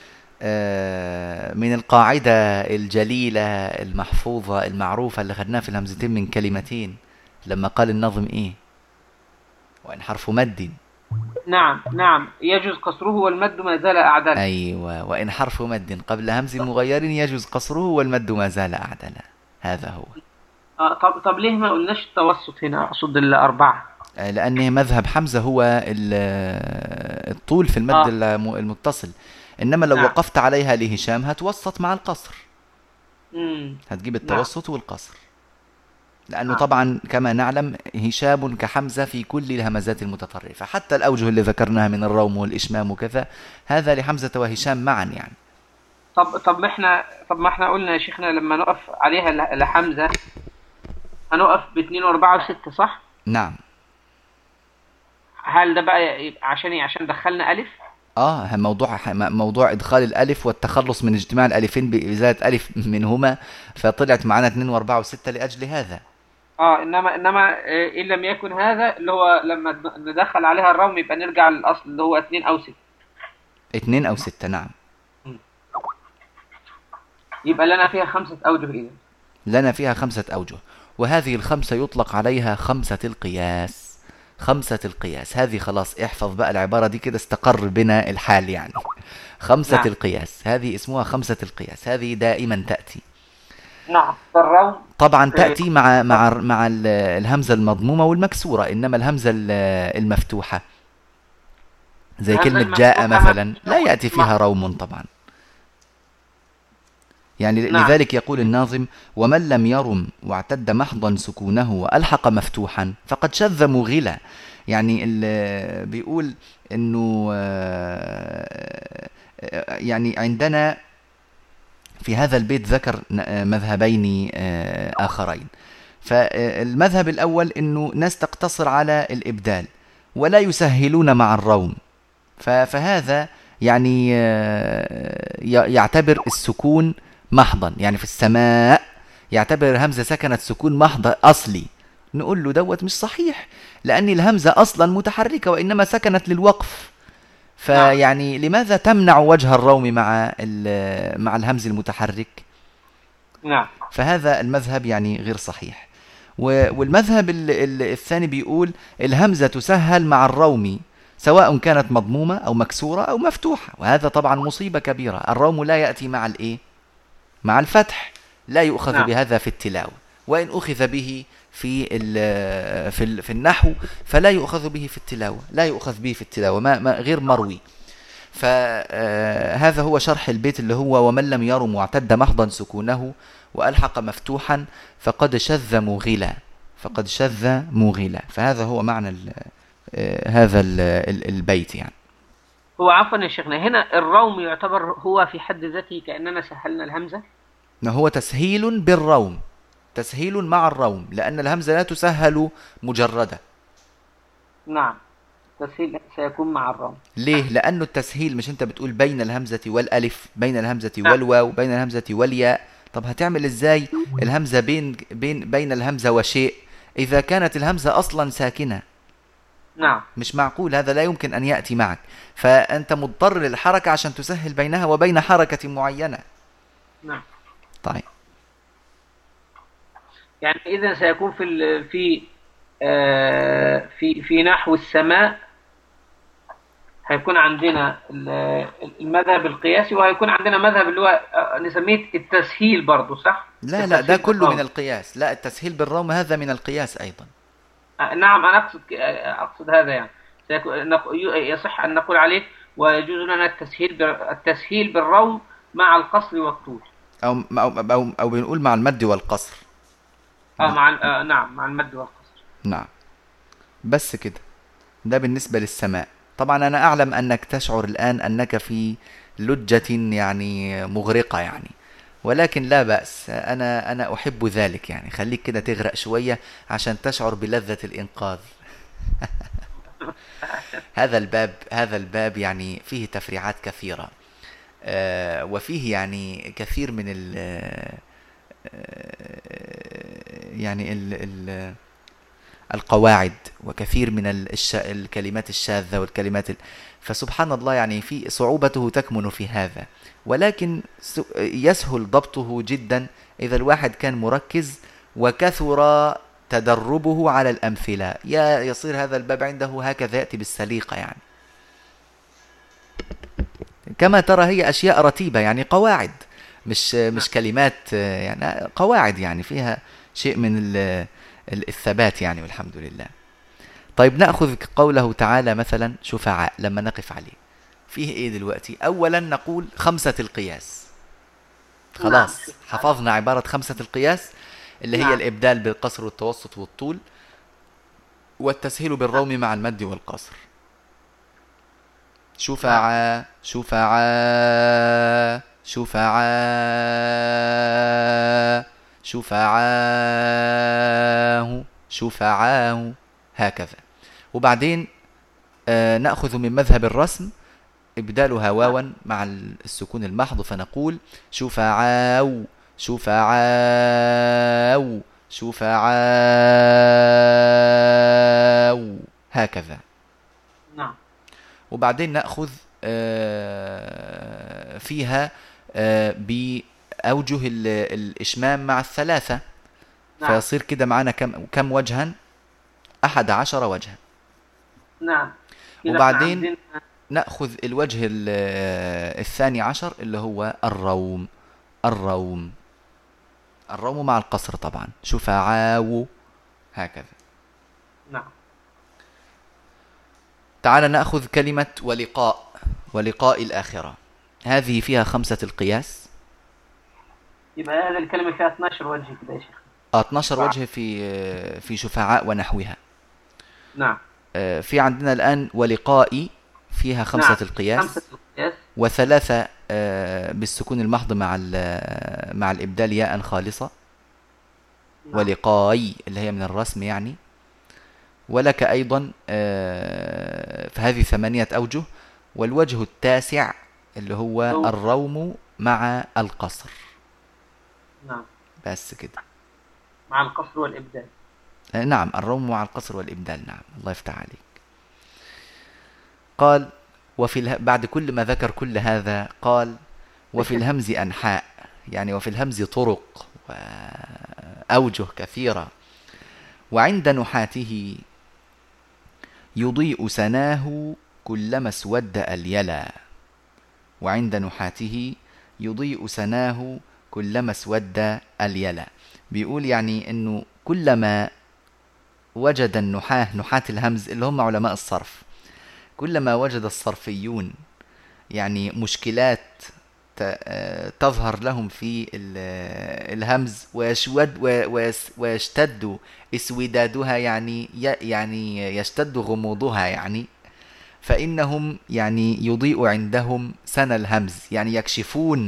من القاعدة الجليلة المحفوظة المعروفة اللي خدناها في الهمزتين من كلمتين، لما قال النظم إيه؟ وإن حرف مد. نعم نعم، يجوز قصره والمد ما زال أعدلا. أيوة، وإن حرف مد قبل همز مغير يجوز قصره والمد ما زال أعدلا، هذا هو. طب ليه ما قلناش التوسط هنا؟ أقصد الأربعة. لأن مذهب حمزة هو الطول في المد المتصل، إنما لو وقفت عليها لهشام هتوسط مع القصر. هتجيب التوسط والقصر، لأنه طبعا كما نعلم هشام كحمزة في كل الهمزات المتطرفة، حتى الأوجه اللي ذكرناها من الروم والإشمام وكذا، هذا لحمزة وهشام معا يعني. طب ما احنا قلنا يا شيخنا لما نقف عليها لحمزة هنقف ب2 و4 و6، صح؟ نعم. هل ده بقى عشان ايه؟ عشان دخلنا ألف؟ موضوع إدخال الألف والتخلص من اجتماع الألفين بإزالة ألف منهما، فطلعت معنا 2 و4 و6 لأجل هذا. إنما إن لم يكن هذا اللي هو لما ندخل عليها الروم يبقى نرجع للأصل اللي هو 2 أو 6. 2 أو 6، نعم. يبقى لنا فيها 5 أوجه إذن. لنا فيها 5 أوجه، وهذه الخمسة يطلق عليها 5 القياس. 5 القياس هذه خلاص، احفظ بقى العبارة دي كده، استقر بنا الحال يعني. 5 نعم. القياس هذه اسمها 5 القياس، هذه دائما تأتي. نعم. الروم طبعا تأتي مع الهمزة المضمومة والمكسورة، إنما الهمزة المفتوحة زي كلمة جاء مثلا لا يأتي فيها روم طبعا يعني. نعم. لذلك يقول الناظم: ومن لم يرم واعتد محضا سكونه وألحق مفتوحا فقد شذ مغلا. يعني بيقول إنه يعني عندنا في هذا البيت ذكر مذهبين آخرين. فالمذهب الأول إنه ناس تقتصر على الإبدال ولا يسهلون مع الروم، فهذا يعني يعتبر السكون محضا، يعني في السماء يعتبر همزة سكنت سكون محض أصلي. نقول له دوت مش صحيح، لأن الهمزة أصلا متحركة وإنما سكنت للوقف، فيعني لماذا تمنع وجه الروم مع الهمز المتحرك؟ نعم. فهذا المذهب يعني غير صحيح. والمذهب الثاني بيقول الهمزة تسهل مع الروم سواء كانت مضمومة أو مكسورة أو مفتوحة، وهذا طبعا مصيبة كبيرة. الروم لا يأتي مع الإيه؟ مع الفتح، لا يؤخذ نعم. بهذا في التلاوة، وإن أخذ به في النحو فلا يؤخذ به في التلاوة، لا يؤخذ به في التلاوة، ما غير مروي. فهذا هو شرح البيت اللي هو: ومن لم يرم واعتد محضا سكونه وألحق مفتوحا فقد شذ مغلا، فقد شذ مغلا. فهذا هو معنى هذا البيت يعني. هو عفوا يا شيخنا، هنا الروم يعتبر هو في حد ذاته كأننا سهلنا الهمزة؟ هو تسهيل بالروم، تسهيل مع الروم، لأن الهمزة لا تسهل مجردة. نعم، التسهيل سيكون مع الروم. ليه؟ لأنه التسهيل مش أنت بتقول بين الهمزة والألف، بين الهمزة والواو، بين الهمزة والياء. طب هتعمل ازاي الهمزة بين الهمزة وشيء إذا كانت الهمزة أصلا ساكنة؟ نعم. مش معقول، هذا لا يمكن أن يأتي معك، فأنت مضطر للحركة عشان تسهل بينها وبين حركة معينة. نعم. طيب يعني إذا سيكون في نحو السماء هيكون عندنا المذهب القياسي، وهيكون عندنا مذهب اللي هو نسميه التسهيل برضه، صح؟ لا لا، ده كله من القياس. لا، التسهيل بالروم هذا من القياس أيضا. نعم، أنا أقصد هذا، يعني يصح أن نقول عليه ويجوز لنا التسهيل بالروم مع القصر والطول، أو بنقول مع المد والقصر. نعم، مع المد والقصر. نعم، بس كده. ده بالنسبة للسماء. طبعا أنا أعلم أنك تشعر الآن أنك في لجة يعني مغرقة يعني، ولكن لا بأس، أنا أحب ذلك يعني. خليك كده تغرق شوية عشان تشعر بلذة الإنقاذ. هذا الباب يعني فيه تفريعات كثيرة، وفيه يعني كثير من يعني القواعد، وكثير من الكلمات الشاذة والكلمات فسبحان الله، يعني في صعوبته تكمن في هذا، ولكن يسهل ضبطه جدا إذا الواحد كان مركز وكثر تدربه على الأمثلة. يصير هذا الباب عنده هكذا يأتي بالسليقة يعني. كما ترى هي أشياء رتيبة، يعني قواعد، مش كلمات، يعني قواعد يعني فيها شيء من الثبات يعني، والحمد لله. طيب نأخذ قوله تعالى مثلا شفعاء، لما نقف عليه فيه ايه دلوقتي؟ اولا نقول خمسة القياس، خلاص حفظنا عبارة خمسة القياس اللي هي الإبدال بالقصر والتوسط والطول، والتسهيل بالروم مع المد والقصر. شفعاء شفعاء شفعاء شفعاه شفعاه، هكذا. وبعدين نأخذ من مذهب الرسم إبدالها واوا مع السكون المحض، فنقول شفعاو شفعاو شفعاو، هكذا. نعم. وبعدين نأخذ فيها بأوجه الإشمام مع الثلاثة. نعم. فيصير كده معنا كم وجها؟ 11 وجها. نعم. وبعدين نأخذ الوجه الثاني عشر اللي هو الروم. الروم مع القصر طبعا، شفعاو، هكذا. نعم. تعال نأخذ كلمة ولقاء الآخرة، هذه فيها خمسة القياس. يبقى هذه الكلمة فيها 12 وجه كده يا شيخ. 12 وجه في شفعاء ونحوها. نعم. في عندنا الآن ولقائي فيها خمسة. نعم. القياس وثلاثة بالسكون المحض مع الإبدال ياء خالصة. نعم. ولقائي اللي هي من الرسم يعني. ولك أيضا فهذه 8 أوجه. والوجه التاسع اللي هو الروم مع القصر. نعم. بس كده، مع القصر والإبدال. نعم، الروم مع القصر والإبدال. نعم، الله يفتح عليك. قال بعد كل ما ذكر كل هذا قال وفي الهمز أنحاء، يعني وفي الهمز طرق وأوجه كثيرة. وعند نحاته يضيء سناه كلما اسود اليلا. وعند نحاته يضيء سناه كلما اسود اليلا، بيقول يعني انه كلما وجد نحاة الهمز اللي هم علماء الصرف، كلما وجد الصرفيون يعني مشكلات تظهر لهم في الهمز ويشتد اسودادها، يعني يشتد غموضها يعني، فإنهم يعني يضيء عندهم سنى الهمز، يعني يكشفون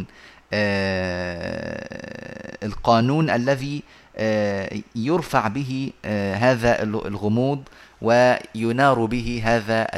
القانون الذي يرفع به هذا الغموض وينار به هذا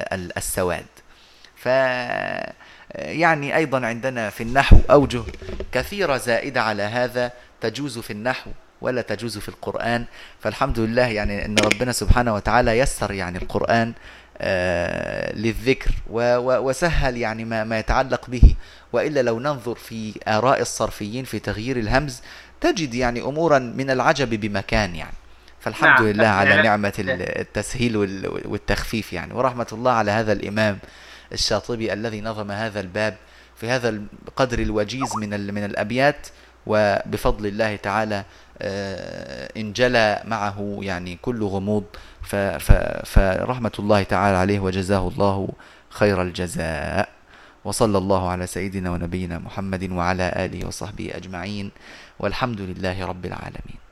السواد. يعني أيضا عندنا في النحو أوجه كثيرة زائدة على هذا تجوز في النحو ولا تجوز في القرآن. فالحمد لله يعني أن ربنا سبحانه وتعالى يسر يعني القرآن للذكر وسهل يعني ما يتعلق به. وإلا لو ننظر في آراء الصرفيين في تغيير الهمز تجد يعني أمورا من العجب بمكان يعني. فالحمد نعم. لله على نعمة التسهيل والتخفيف يعني. ورحمة الله على هذا الإمام الشاطبي الذي نظم هذا الباب في هذا القدر الوجيز من الأبيات، وبفضل الله تعالى انجلى معه يعني كل غموض. فرحمة الله تعالى عليه وجزاه الله خير الجزاء. وصلى الله على سيدنا ونبينا محمد وعلى آله وصحبه أجمعين، والحمد لله رب العالمين.